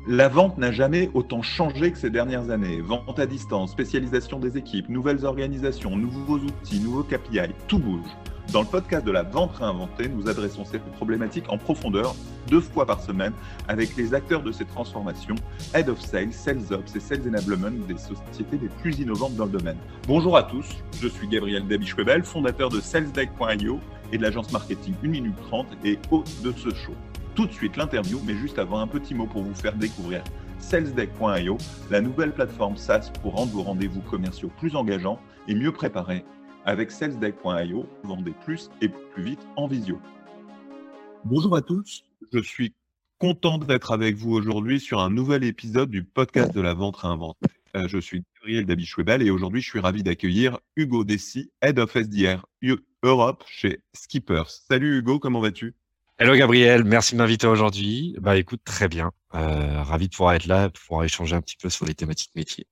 La vente n'a jamais autant changé que ces dernières années. Vente à distance, spécialisation des équipes, nouvelles organisations, nouveaux outils, nouveaux KPI, tout bouge. Dans le podcast de la vente réinventée, nous adressons ces problématiques en profondeur 2 fois par semaine avec les acteurs de ces transformations, Head of Sales, Sales Ops et Sales Enablement des sociétés les plus innovantes dans le domaine. Bonjour à tous, je suis Gabriel Dabischwebel, fondateur de SalesDeck.io et de l'agence marketing 1 minute 30 et hôte de ce show. Tout de suite l'interview, mais juste avant, un petit mot pour vous faire découvrir SalesDeck.io, la nouvelle plateforme SaaS pour rendre vos rendez-vous commerciaux plus engageants et mieux préparés. Avec SalesDeck.io, vendez plus et plus vite en visio. Bonjour à tous, je suis content d'être avec vous aujourd'hui sur un nouvel épisode du podcast de la vente réinventée. Je suis Gabriel Dabischwebel et aujourd'hui je suis ravi d'accueillir Hugo Dessy, Head of SDR Europe chez Skippers. Salut Hugo, comment vas-tu ? Hello Gabriel, merci de m'inviter aujourd'hui. Écoute, très bien. Ravi de pouvoir être là, de pouvoir échanger un petit peu sur les thématiques métiers.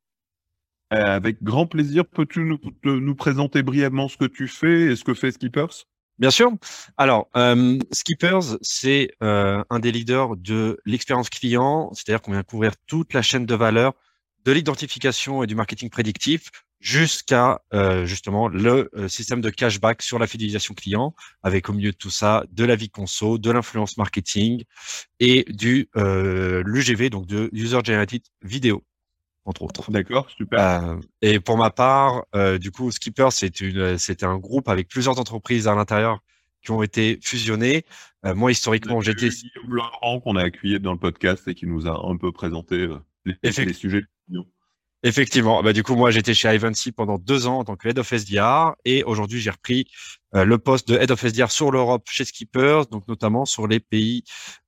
Avec grand plaisir. Peux-tu nous présenter brièvement ce que tu fais et ce que fait Skippers ? Bien sûr. Alors, Skippers, c'est un des leaders de l'expérience client, c'est-à-dire qu'on vient couvrir toute la chaîne de valeur de l'identification et du marketing prédictif jusqu'à justement le système de cashback sur la fidélisation client, avec au milieu de tout ça de la vie conso, de l'influence marketing et du l'UGV, donc de User Generated Video, entre autres. D'accord, super. Et pour ma part, du coup, Skipper, c'était un groupe avec plusieurs entreprises à l'intérieur qui ont été fusionnées. Moi, historiquement, j'étais Guillaume Laurent qu'on a accueilli dans le podcast et qui nous a un peu présenté les sujets. Effectivement. Du coup, moi, j'étais chez Ivancy pendant 2 ans en tant que Head of SDR et aujourd'hui, j'ai repris le poste de Head of SDR sur l'Europe chez Skippers, donc notamment sur les pays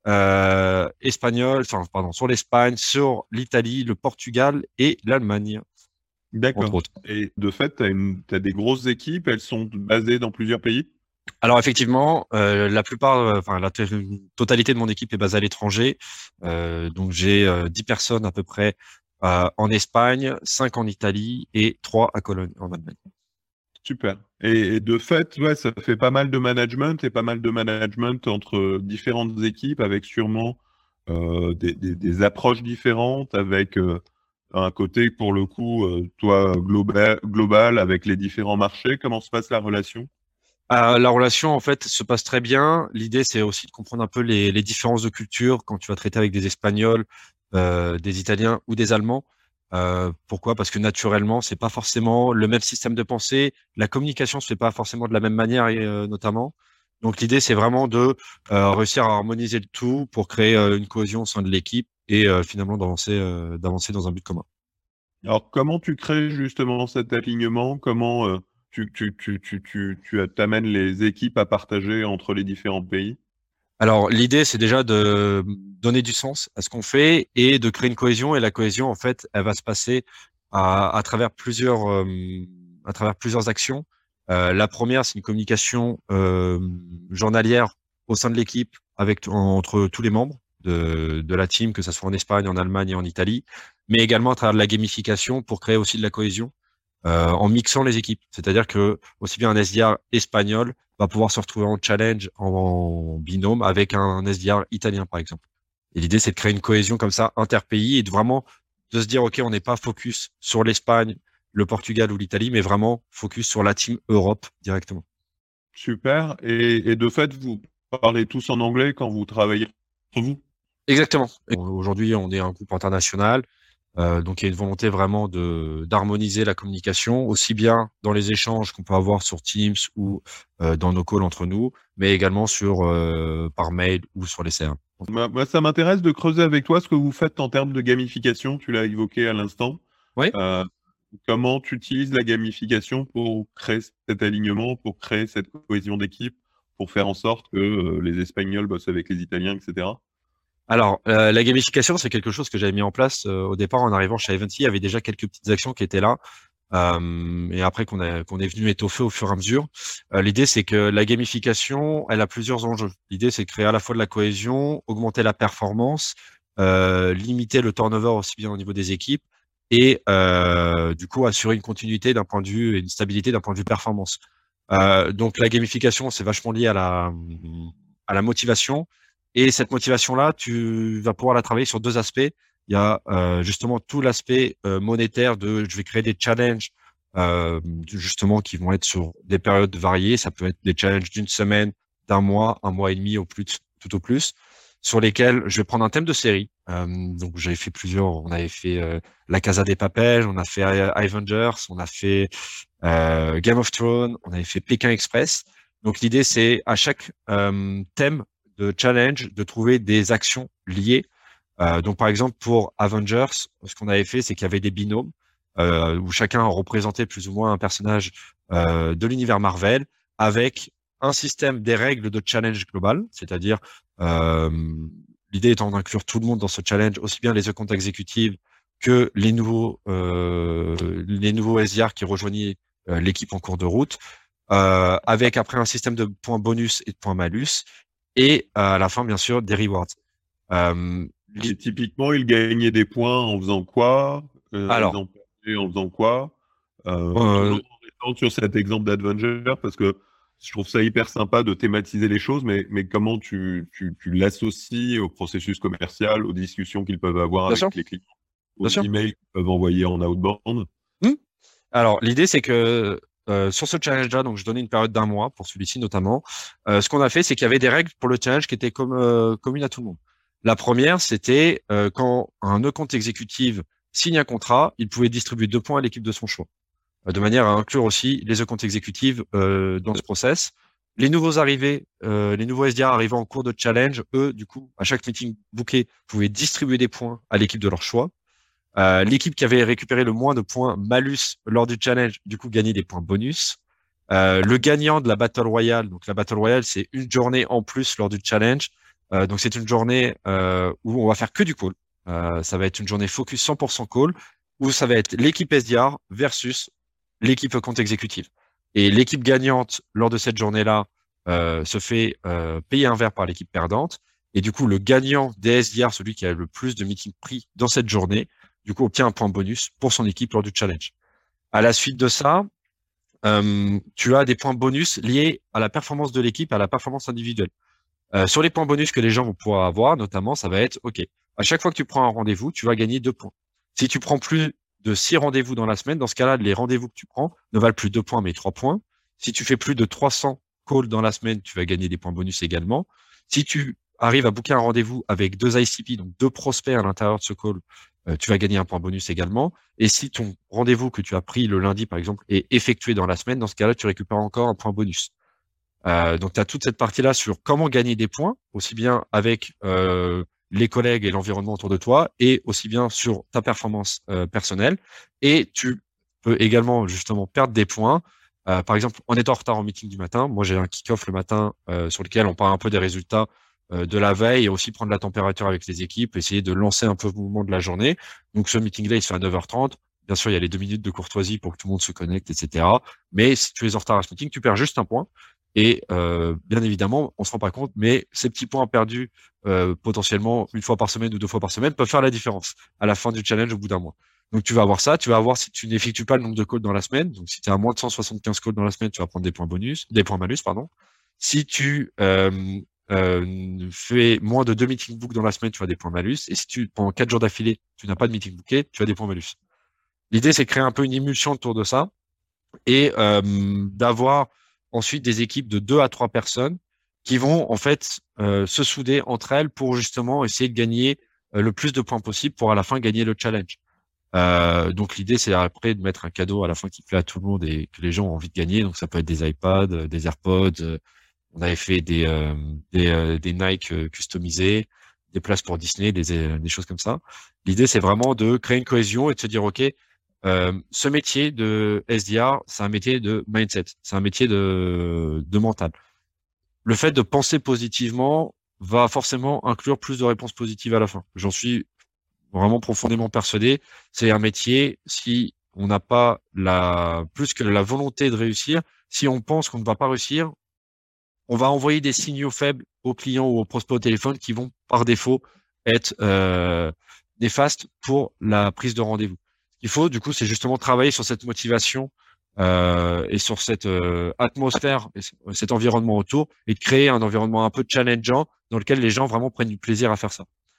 espagnols, sur l'Espagne, sur l'Italie, le Portugal et l'Allemagne. D'accord. Et de fait, tu as des grosses équipes, elles sont basées dans plusieurs pays ? Alors effectivement, la totalité de mon équipe est basée à l'étranger. Donc j'ai 10 personnes à peu près en Espagne, 5 en Italie et 3 à Cologne en Allemagne. Super. Et de fait, ouais, ça fait pas mal de management entre différentes équipes avec sûrement des approches différentes, avec un côté pour le coup, toi global avec les différents marchés. Comment se passe la relation ? La relation, en fait, se passe très bien. L'idée, c'est aussi de comprendre un peu les différences de culture quand tu vas traiter avec des Espagnols, des Italiens ou des Allemands. Pourquoi ? Parce que naturellement, c'est pas forcément le même système de pensée. La communication se fait pas forcément de la même manière, notamment. Donc, l'idée, c'est vraiment de réussir à harmoniser le tout pour créer une cohésion au sein de l'équipe et finalement d'avancer dans un but commun. Alors, comment tu crées justement cet alignement ? Comment tu t'amènes les équipes à partager entre les différents pays ? Alors, l'idée, c'est déjà de donner du sens à ce qu'on fait et de créer une cohésion. Et la cohésion, en fait, elle va se passer à travers plusieurs actions. La première, c'est une communication journalière au sein de l'équipe entre tous les membres de la team, que ça soit en Espagne, en Allemagne et en Italie, mais également à travers de la gamification pour créer aussi de la cohésion en mixant les équipes. C'est-à-dire que aussi bien un SDR espagnol va pouvoir se retrouver en challenge, en binôme avec un SDR italien, par exemple. Et l'idée, c'est de créer une cohésion comme ça interpays et de vraiment de se dire, OK, on n'est pas focus sur l'Espagne, le Portugal ou l'Italie, mais vraiment focus sur la team Europe directement. Super. Et de fait, vous parlez tous en anglais quand vous travaillez entre vous ? Exactement. Aujourd'hui, on est un groupe international. Donc, il y a une volonté vraiment d'harmoniser la communication, aussi bien dans les échanges qu'on peut avoir sur Teams ou dans nos calls entre nous, mais également par mail ou sur les CRM. Moi, ça m'intéresse de creuser avec toi ce que vous faites en termes de gamification. Tu l'as évoqué à l'instant. Oui. Comment tu utilises la gamification pour créer cet alignement, pour créer cette cohésion d'équipe, pour faire en sorte que les Espagnols bossent avec les Italiens, etc. Alors, la gamification, c'est quelque chose que j'avais mis en place au départ en arrivant chez Ivancy. Il y avait déjà quelques petites actions qui étaient là. Et après qu'on est venu étoffer au fur et à mesure. L'idée, c'est que la gamification, elle a plusieurs enjeux. L'idée, c'est de créer à la fois de la cohésion, augmenter la performance, limiter le turnover aussi bien au niveau des équipes et du coup assurer une continuité d'un point de vue et une stabilité d'un point de vue performance. Donc la gamification, c'est vachement lié à la motivation. Et cette motivation-là, tu vas pouvoir la travailler sur 2 aspects. il y a justement tout l'aspect monétaire de je vais créer des challenges justement qui vont être sur des périodes variées. Ça peut être des challenges d'une semaine, d'un mois, un mois et demi au plus, tout au plus, sur lesquels je vais prendre un thème de série. Donc j'avais fait plusieurs. On avait fait La Casa des Papel, on a fait Avengers, on a fait Game of Thrones, on avait fait Pékin Express. Donc l'idée c'est à chaque thème de challenge de trouver des actions liées. Donc par exemple pour Avengers, ce qu'on avait fait c'est qu'il y avait des binômes où chacun représentait plus ou moins un personnage de l'univers Marvel avec un système des règles de challenge global, c'est-à-dire euh, l'idée étant d'inclure tout le monde dans ce challenge, aussi bien les comptes exécutifs que les nouveaux SDR qui rejoignaient l'équipe en cours de route, avec après un système de points bonus et de points malus, et à la fin, bien sûr, des rewards. Et typiquement, ils gagnaient des points en faisant quoi? Ils Alors, en perdaient en faisant quoi? euh, Toujours en restant sur cet exemple d'Advenger, parce que je trouve ça hyper sympa de thématiser les choses, mais comment tu l'associes au processus commercial, aux discussions qu'ils peuvent avoir bien sûr, avec les clients, bien aux sûr. emails qu'ils peuvent envoyer en outbound? Hmm. Alors, l'idée, c'est que sur ce challenge-là, donc je donnais une période d'un mois pour celui-ci notamment. Ce qu'on a fait, c'est qu'il y avait des règles pour le challenge qui étaient communes à tout le monde. La première, c'était quand un compte exécutif signe un contrat, il pouvait distribuer 2 points à l'équipe de son choix, de manière à inclure aussi les comptes exécutifs dans ce process. Les nouveaux arrivés, les nouveaux SDR arrivant en cours de challenge, eux, du coup, à chaque meeting booké, pouvaient distribuer des points à l'équipe de leur choix. L'équipe qui avait récupéré le moins de points malus lors du challenge, du coup, gagnait des points bonus. Le gagnant de la Battle Royale, donc la Battle Royale, c'est une journée en plus lors du challenge. Donc c'est une journée où on va faire que du call. Ça va être une journée focus 100% call, où ça va être l'équipe SDR versus l'équipe compte exécutive. Et l'équipe gagnante, lors de cette journée-là, se fait payer un verre par l'équipe perdante. Et du coup, le gagnant des SDR, celui qui a le plus de meetings pris dans cette journée, du coup, obtient un point bonus pour son équipe lors du challenge. À la suite de ça, tu as des points bonus liés à la performance de l'équipe, à la performance individuelle. Sur les points bonus que les gens vont pouvoir avoir, notamment, ça va être, OK, à chaque fois que tu prends un rendez-vous, tu vas gagner 2 points. Si tu prends plus de 6 rendez-vous dans la semaine, dans ce cas-là, les rendez-vous que tu prends ne valent plus 2 points, mais 3 points. Si tu fais plus de 300 calls dans la semaine, tu vas gagner des points bonus également. Si tu arrives à booker un rendez-vous avec 2 ICP, donc 2 prospects à l'intérieur de ce call, tu vas gagner un point bonus également. Et si ton rendez-vous que tu as pris le lundi, par exemple, est effectué dans la semaine, dans ce cas-là, tu récupères encore un point bonus. Donc, tu as toute cette partie-là sur comment gagner des points, aussi bien avec les collègues et l'environnement autour de toi, et aussi bien sur ta performance personnelle. Et tu peux également justement perdre des points. Par exemple, en étant en retard en meeting du matin, moi j'ai un kick-off le matin sur lequel on parle un peu des résultats de la veille et aussi prendre la température avec les équipes, essayer de lancer un peu le mouvement de la journée. Donc ce meeting-là, il se fait à 9h30. Bien sûr, il y a les 2 minutes de courtoisie pour que tout le monde se connecte, etc. Mais si tu es en retard à ce meeting, tu perds juste un point. Et bien évidemment, on se rend pas compte, mais ces petits points perdus potentiellement une fois par semaine ou 2 fois par semaine peuvent faire la différence à la fin du challenge au bout d'un mois. Donc tu vas avoir ça, tu vas avoir si tu n'effectues pas le nombre de calls dans la semaine, donc si tu es à moins de 175 calls dans la semaine, tu vas prendre des points bonus, des points malus, pardon. Si tu fais moins de 2 meetings book dans la semaine, tu as des points malus. Et si tu pendant 4 jours d'affilée, tu n'as pas de meeting booké, tu as des points malus. L'idée, c'est de créer un peu une émulsion autour de ça et d'avoir ensuite des équipes de 2 à 3 personnes qui vont en fait se souder entre elles pour justement essayer de gagner le plus de points possible pour à la fin gagner le challenge. Donc l'idée c'est après de mettre un cadeau à la fin qui plaît à tout le monde et que les gens ont envie de gagner. Donc ça peut être des iPads, des AirPods. On avait fait des Nike customisés, des places pour Disney, des choses comme ça. L'idée c'est vraiment de créer une cohésion et de se dire ok, ce métier de SDR, c'est un métier de mindset, c'est un métier de mental. Le fait de penser positivement va forcément inclure plus de réponses positives à la fin. J'en suis vraiment profondément persuadé. C'est un métier, si on n'a pas plus que la volonté de réussir, si on pense qu'on ne va pas réussir, on va envoyer des signaux faibles aux clients ou aux prospects au téléphone qui vont par défaut être néfastes pour la prise de rendez-vous. Ce qu'il faut, du coup, c'est justement travailler sur cette motivation et sur cette atmosphère, et cet environnement autour, et de créer un environnement un peu challengeant dans lequel les gens vraiment prennent du plaisir à faire ça.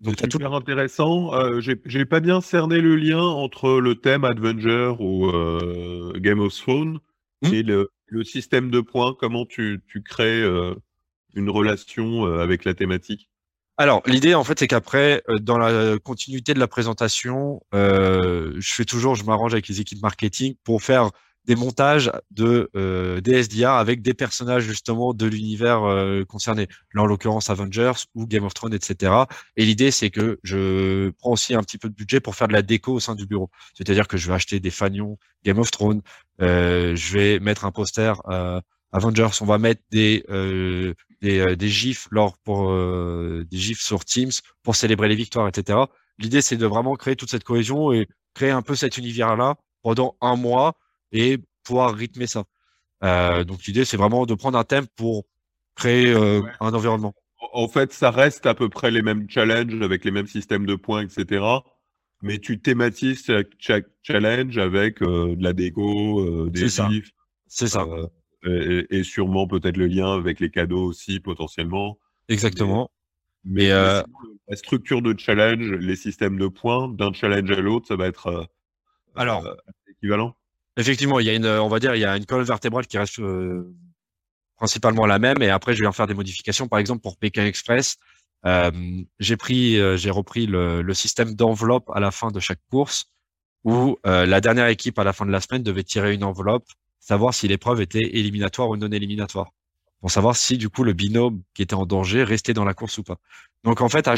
Donc, C'est super intéressant. J'ai pas bien cerné le lien entre le thème Avenger ou Game of Thrones et le système de points. Comment tu crées une relation avec la thématique? Alors, l'idée, en fait, c'est qu'après, dans la continuité de la présentation, je m'arrange avec les équipes marketing pour faire des montages des SDR avec des personnages, justement, de l'univers concerné. Là, en l'occurrence, Avengers ou Game of Thrones, etc. Et l'idée, c'est que je prends aussi un petit peu de budget pour faire de la déco au sein du bureau. C'est-à-dire que je vais acheter des fanions Game of Thrones, je vais mettre un poster Avengers, on va mettre des gifs des gifs sur Teams pour célébrer les victoires, etc. L'idée, c'est de vraiment créer toute cette cohésion et créer un peu cet univers-là pendant un mois et pouvoir rythmer ça. Donc l'idée, c'est vraiment de prendre un thème pour créer un environnement. En fait, ça reste à peu près les mêmes challenges avec les mêmes systèmes de points, etc. Mais tu thématises chaque challenge avec de la déco, des C'est ça. gifs. C'est ça. Et sûrement peut-être le lien avec les cadeaux aussi potentiellement. Exactement. Mais sinon, la structure de challenge, les systèmes de points, d'un challenge à l'autre, ça va être Alors, équivalent. effectivement, on va dire, il y a une colonne vertébrale qui reste principalement la même. Et après, je vais en faire des modifications. Par exemple, pour Pékin Express, j'ai repris le système d'enveloppe à la fin de chaque course où la dernière équipe à la fin de la semaine devait tirer une enveloppe, savoir si l'épreuve était éliminatoire ou non éliminatoire, pour savoir si du coup le binôme qui était en danger restait dans la course ou pas. Donc en fait,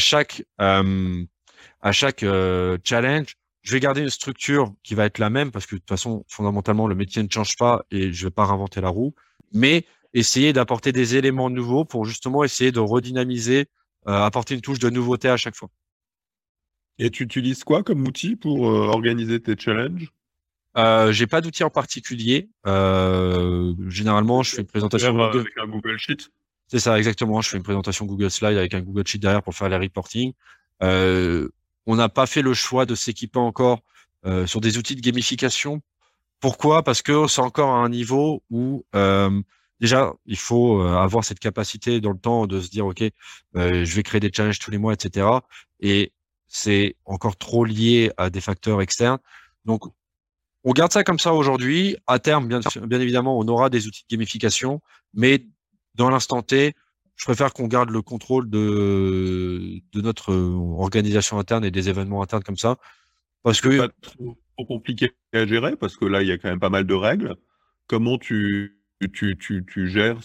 à chaque challenge, je vais garder une structure qui va être la même parce que de toute façon, fondamentalement, le métier ne change pas et je vais pas réinventer la roue, mais essayer d'apporter des éléments nouveaux pour justement essayer de redynamiser, apporter une touche de nouveauté à chaque fois. Et tu utilises quoi comme outil pour organiser tes challenges? J'ai pas d'outil en particulier. Généralement, je fais une présentation Google. Avec un Google Sheet. C'est ça, exactement. Je fais une présentation Google Slide avec un Google Sheet derrière pour faire les reporting. On n'a pas fait le choix de s'équiper encore sur des outils de gamification. Pourquoi? Parce que c'est encore à un niveau où déjà il faut avoir cette capacité dans le temps de se dire ok, je vais créer des challenges tous les mois, etc. Et c'est encore trop lié à des facteurs externes. Donc on garde ça comme ça aujourd'hui. À terme, bien évidemment, on aura des outils de gamification, mais dans l'instant T, je préfère qu'on garde le contrôle de notre organisation interne et des événements internes comme ça, parce C'est que pas trop compliqué à gérer parce que là, il y a quand même pas mal de règles. Comment tu gères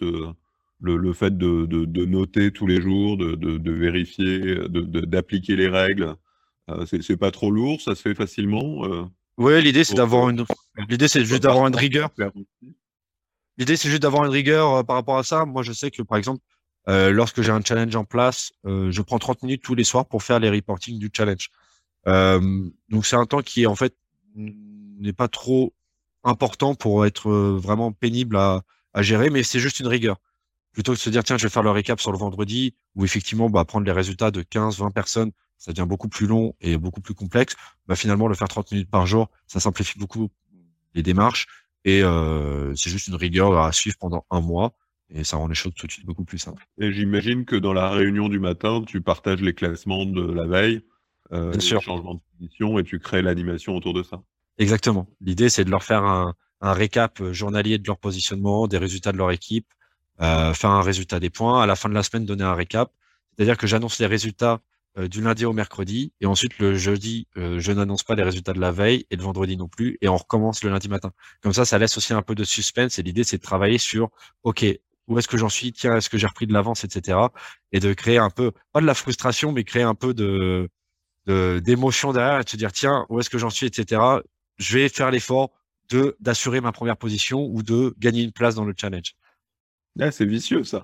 le fait de noter tous les jours, de vérifier, d'appliquer les règles? C'est pas trop lourd, ça se fait facilement. ouais, l'idée c'est Pour, l'idée c'est juste d'avoir une rigueur. faire- L'idée c'est juste d'avoir une rigueur par rapport à ça. Moi, je sais que par exemple, lorsque j'ai un challenge en place, je prends 30 minutes tous les soirs pour faire les reporting du challenge. Donc c'est un temps qui en fait n'est pas trop important pour être vraiment pénible à gérer, mais c'est juste une rigueur. Plutôt que de se dire tiens, je vais faire le récap sur le vendredi, où effectivement bah, prendre les résultats de 15-20 personnes, ça devient beaucoup plus long et beaucoup plus complexe. Bah, finalement, le faire 30 minutes par jour, ça simplifie beaucoup les démarches et c'est juste une rigueur à suivre pendant un mois et ça rend les choses tout de suite beaucoup plus simples. Et j'imagine que dans la réunion du matin, tu partages les classements de la veille, Bien les sûr. changements de position et tu crées l'animation autour de ça. Exactement. L'idée, c'est de leur faire un récap journalier de leur positionnement, des résultats de leur équipe, faire un résultat des points. À la fin de la semaine, donner un récap. C'est-à-dire que j'annonce les résultats du lundi au mercredi et ensuite le jeudi, je n'annonce pas les résultats de la veille et le vendredi non plus et on recommence le lundi matin. Comme ça laisse aussi un peu de suspense et l'idée, c'est de travailler sur, OK, où est-ce que j'en suis? Tiens, est-ce que j'ai repris de l'avance, etc. Et de créer un peu, pas de la frustration, mais créer un peu d'émotion derrière et de se dire, tiens, où est-ce que j'en suis, etc. Je vais faire l'effort d'assurer ma première position ou de gagner une place dans le challenge. Ah, c'est vicieux ça.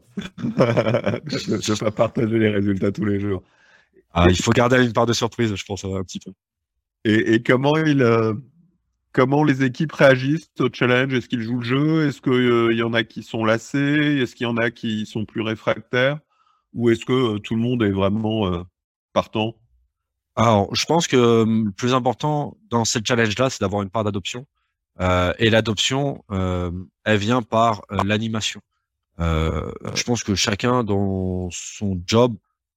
De pas partager les résultats tous les jours. Il faut garder une part de surprise, je pense, un petit peu. Et comment les équipes réagissent au challenge? Est-ce qu'ils jouent le jeu? Est-ce qu'il y en a qui sont lassés? Est-ce qu'il y en a qui sont plus réfractaires? Ou est-ce que tout le monde est vraiment partant? Alors, je pense que le plus important dans ces challenges-là, c'est d'avoir une part d'adoption. Et l'adoption, elle vient par l'animation. Je pense que chacun dans son job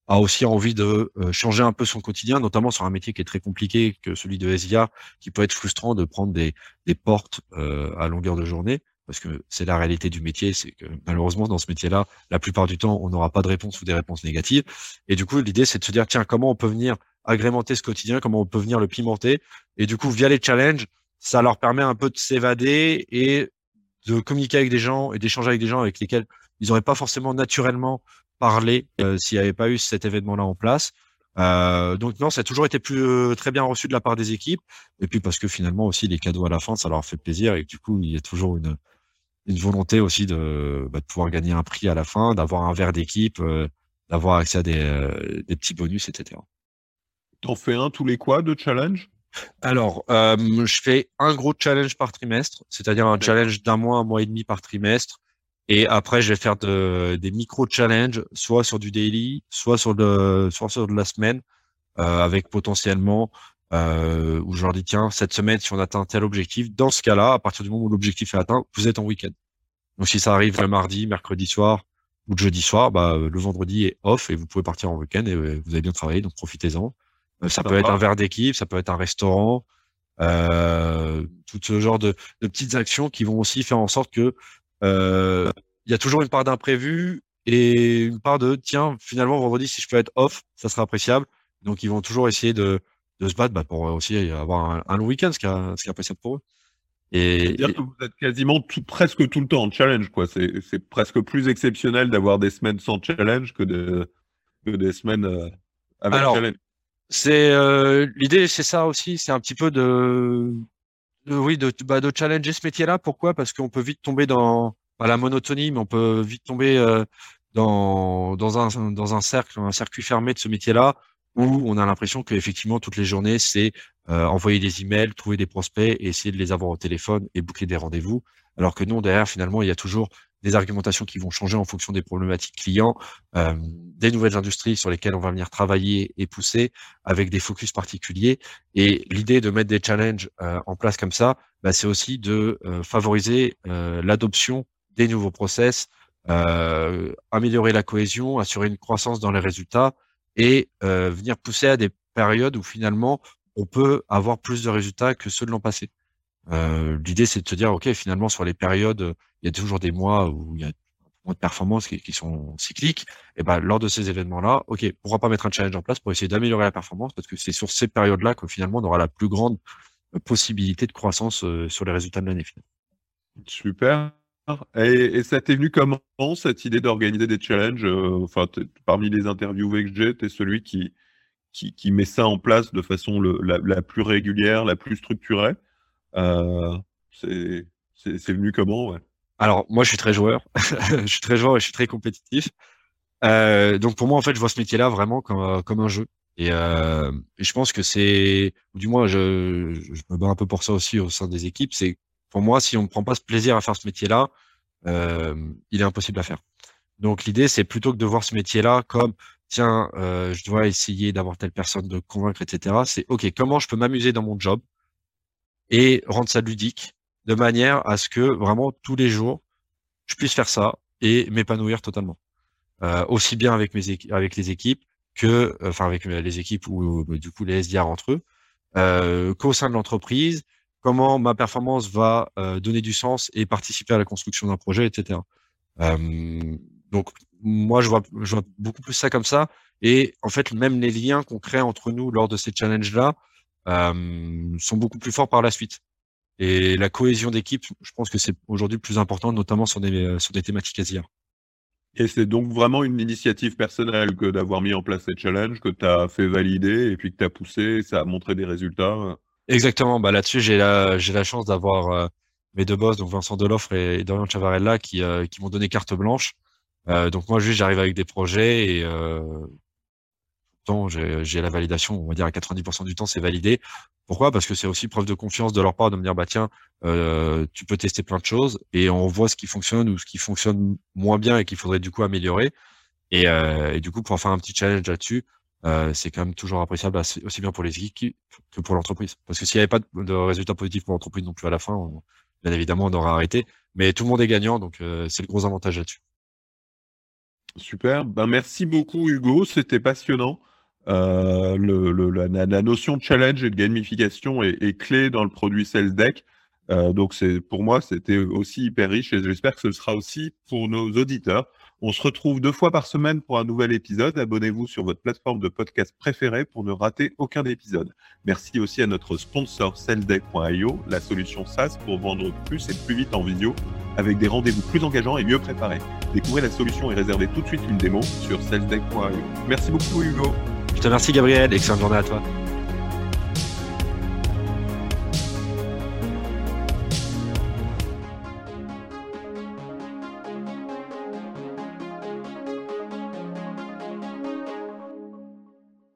a aussi envie de changer un peu son quotidien, notamment sur un métier qui est très compliqué que celui de SIA, qui peut être frustrant de prendre des portes à longueur de journée, parce que c'est la réalité du métier, c'est que malheureusement dans ce métier-là, la plupart du temps, on n'aura pas de réponse ou des réponses négatives. Et du coup, l'idée, c'est de se dire, tiens, comment on peut venir agrémenter ce quotidien, comment on peut venir le pimenter. Et du coup, via les challenges, ça leur permet un peu de s'évader et de communiquer avec des gens et d'échanger avec des gens avec lesquels ils n'auraient pas forcément naturellement parlé s'il n'y avait pas eu cet événement-là en place. Donc non, ça a toujours été très bien reçu de la part des équipes. Et puis parce que finalement aussi les cadeaux à la fin, ça leur fait plaisir et que, du coup il y a toujours une volonté aussi de pouvoir gagner un prix à la fin, d'avoir un verre d'équipe, d'avoir accès à des petits bonus, etc. T'en fais un tous les quoi de challenge? Alors, je fais un gros challenge par trimestre, c'est-à-dire un challenge d'un mois et demi par trimestre. Et après, je vais faire des micro-challenges, soit sur du daily, soit sur de la semaine, avec potentiellement où je leur dis, tiens, cette semaine, si on atteint tel objectif, dans ce cas-là, à partir du moment où l'objectif est atteint, vous êtes en week-end. Donc, si ça arrive le mardi, mercredi soir ou le jeudi soir, le vendredi est off et vous pouvez partir en week-end et vous avez bien travaillé, donc profitez-en. Ça peut être un verre d'équipe, ça peut être un restaurant, tout ce genre de petites actions qui vont aussi faire en sorte que il y a toujours une part d'imprévu et une part de tiens, finalement vendredi si je peux être off, ça sera appréciable. Donc ils vont toujours essayer de se battre pour aussi avoir un long week-end, ce qui est appréciable pour eux. C'est-à-dire que vous êtes quasiment presque tout le temps en challenge, quoi. C'est presque plus exceptionnel d'avoir des semaines sans challenge que des semaines avec Alors, challenge. c'est l'idée, c'est ça aussi, c'est un petit peu oui, de challenger ce métier-là. Pourquoi? Parce qu'on peut vite tomber dans pas la monotonie, mais on peut vite tomber dans un circuit fermé de ce métier-là, où on a l'impression qu'effectivement toutes les journées, c'est envoyer des emails, trouver des prospects et essayer de les avoir au téléphone et boucler des rendez-vous. Alors que non, derrière, finalement, il y a toujours des argumentations qui vont changer en fonction des problématiques clients, des nouvelles industries sur lesquelles on va venir travailler et pousser avec des focus particuliers. Et l'idée de mettre des challenges en place comme ça, c'est aussi de favoriser l'adoption des nouveaux process, améliorer la cohésion, assurer une croissance dans les résultats et venir pousser à des périodes où finalement on peut avoir plus de résultats que ceux de l'an passé. L'idée, c'est de se dire, OK, finalement, sur les périodes, il y a toujours des mois où il y a moins de performances qui sont cycliques. Et lors de ces événements-là, OK, pourquoi pas mettre un challenge en place pour essayer d'améliorer la performance parce que c'est sur ces périodes-là que finalement, on aura la plus grande possibilité de croissance sur les résultats de l'année. Super. Et ça t'est venu comment, cette idée d'organiser des challenges? Enfin, parmi les interviewés que j'ai, tu es celui qui met ça en place de façon la plus régulière, la plus structurée. Euh, c'est venu comment, ouais. Alors, moi, je suis très joueur. Je suis très joueur et je suis très compétitif. Donc, pour moi, en fait, je vois ce métier-là vraiment comme un jeu. Et je pense que ou du moins, je me bats un peu pour ça aussi au sein des équipes. C'est, pour moi, si on ne prend pas ce plaisir à faire ce métier-là, il est impossible à faire. Donc, l'idée, c'est plutôt que de voir ce métier-là comme, tiens, je dois essayer d'avoir telle personne, de convaincre, etc. C'est, OK, comment je peux m'amuser dans mon job et rendre ça ludique de manière à ce que vraiment tous les jours, je puisse faire ça et m'épanouir totalement. Aussi bien avec avec les équipes que, enfin avec les équipes ou du coup les SDR entre eux, qu'au sein de l'entreprise, comment ma performance va donner du sens et participer à la construction d'un projet, etc. Donc moi je vois beaucoup plus ça comme ça. Et en fait, même les liens qu'on crée entre nous lors de ces challenges-là sont beaucoup plus forts par la suite. Et la cohésion d'équipe, je pense que c'est aujourd'hui le plus important, notamment sur des thématiques ASIA. Et c'est donc vraiment une initiative personnelle que d'avoir mis en place ces challenges, que tu as fait valider et puis que tu as poussé, ça a montré des résultats. Exactement. Là-dessus, j'ai la chance d'avoir mes deux boss, donc Vincent Deloffre et Dorian Chavarella, qui m'ont donné carte blanche. Donc moi, juste, j'arrive avec des projets et j'ai la validation. On va dire à 90% du temps, c'est validé. Pourquoi? Parce que c'est aussi preuve de confiance de leur part de me dire, tiens, tu peux tester plein de choses et on voit ce qui fonctionne ou ce qui fonctionne moins bien et qu'il faudrait du coup améliorer. Et du coup, pour faire un petit challenge là-dessus, c'est quand même toujours appréciable aussi bien pour les équipes que pour l'entreprise. Parce que s'il n'y avait pas de résultats positifs pour l'entreprise non plus à la fin, bien évidemment, on aurait arrêté. Mais tout le monde est gagnant, donc c'est le gros avantage là-dessus. Super. Ben, merci beaucoup, Hugo. C'était passionnant. La notion de challenge et de gamification est clé dans le produit Sales Deck. Donc, pour moi, c'était aussi hyper riche et j'espère que ce sera aussi pour nos auditeurs. On se retrouve 2 fois par semaine pour un nouvel épisode. Abonnez-vous sur votre plateforme de podcast préférée pour ne rater aucun épisode. Merci aussi à notre sponsor salesdeck.io, la solution SaaS pour vendre plus et plus vite en visio avec des rendez-vous plus engageants et mieux préparés. Découvrez la solution et réservez tout de suite une démo sur salesdeck.io. Merci beaucoup, Hugo. Je te remercie, Gabriel. Excellente journée à toi.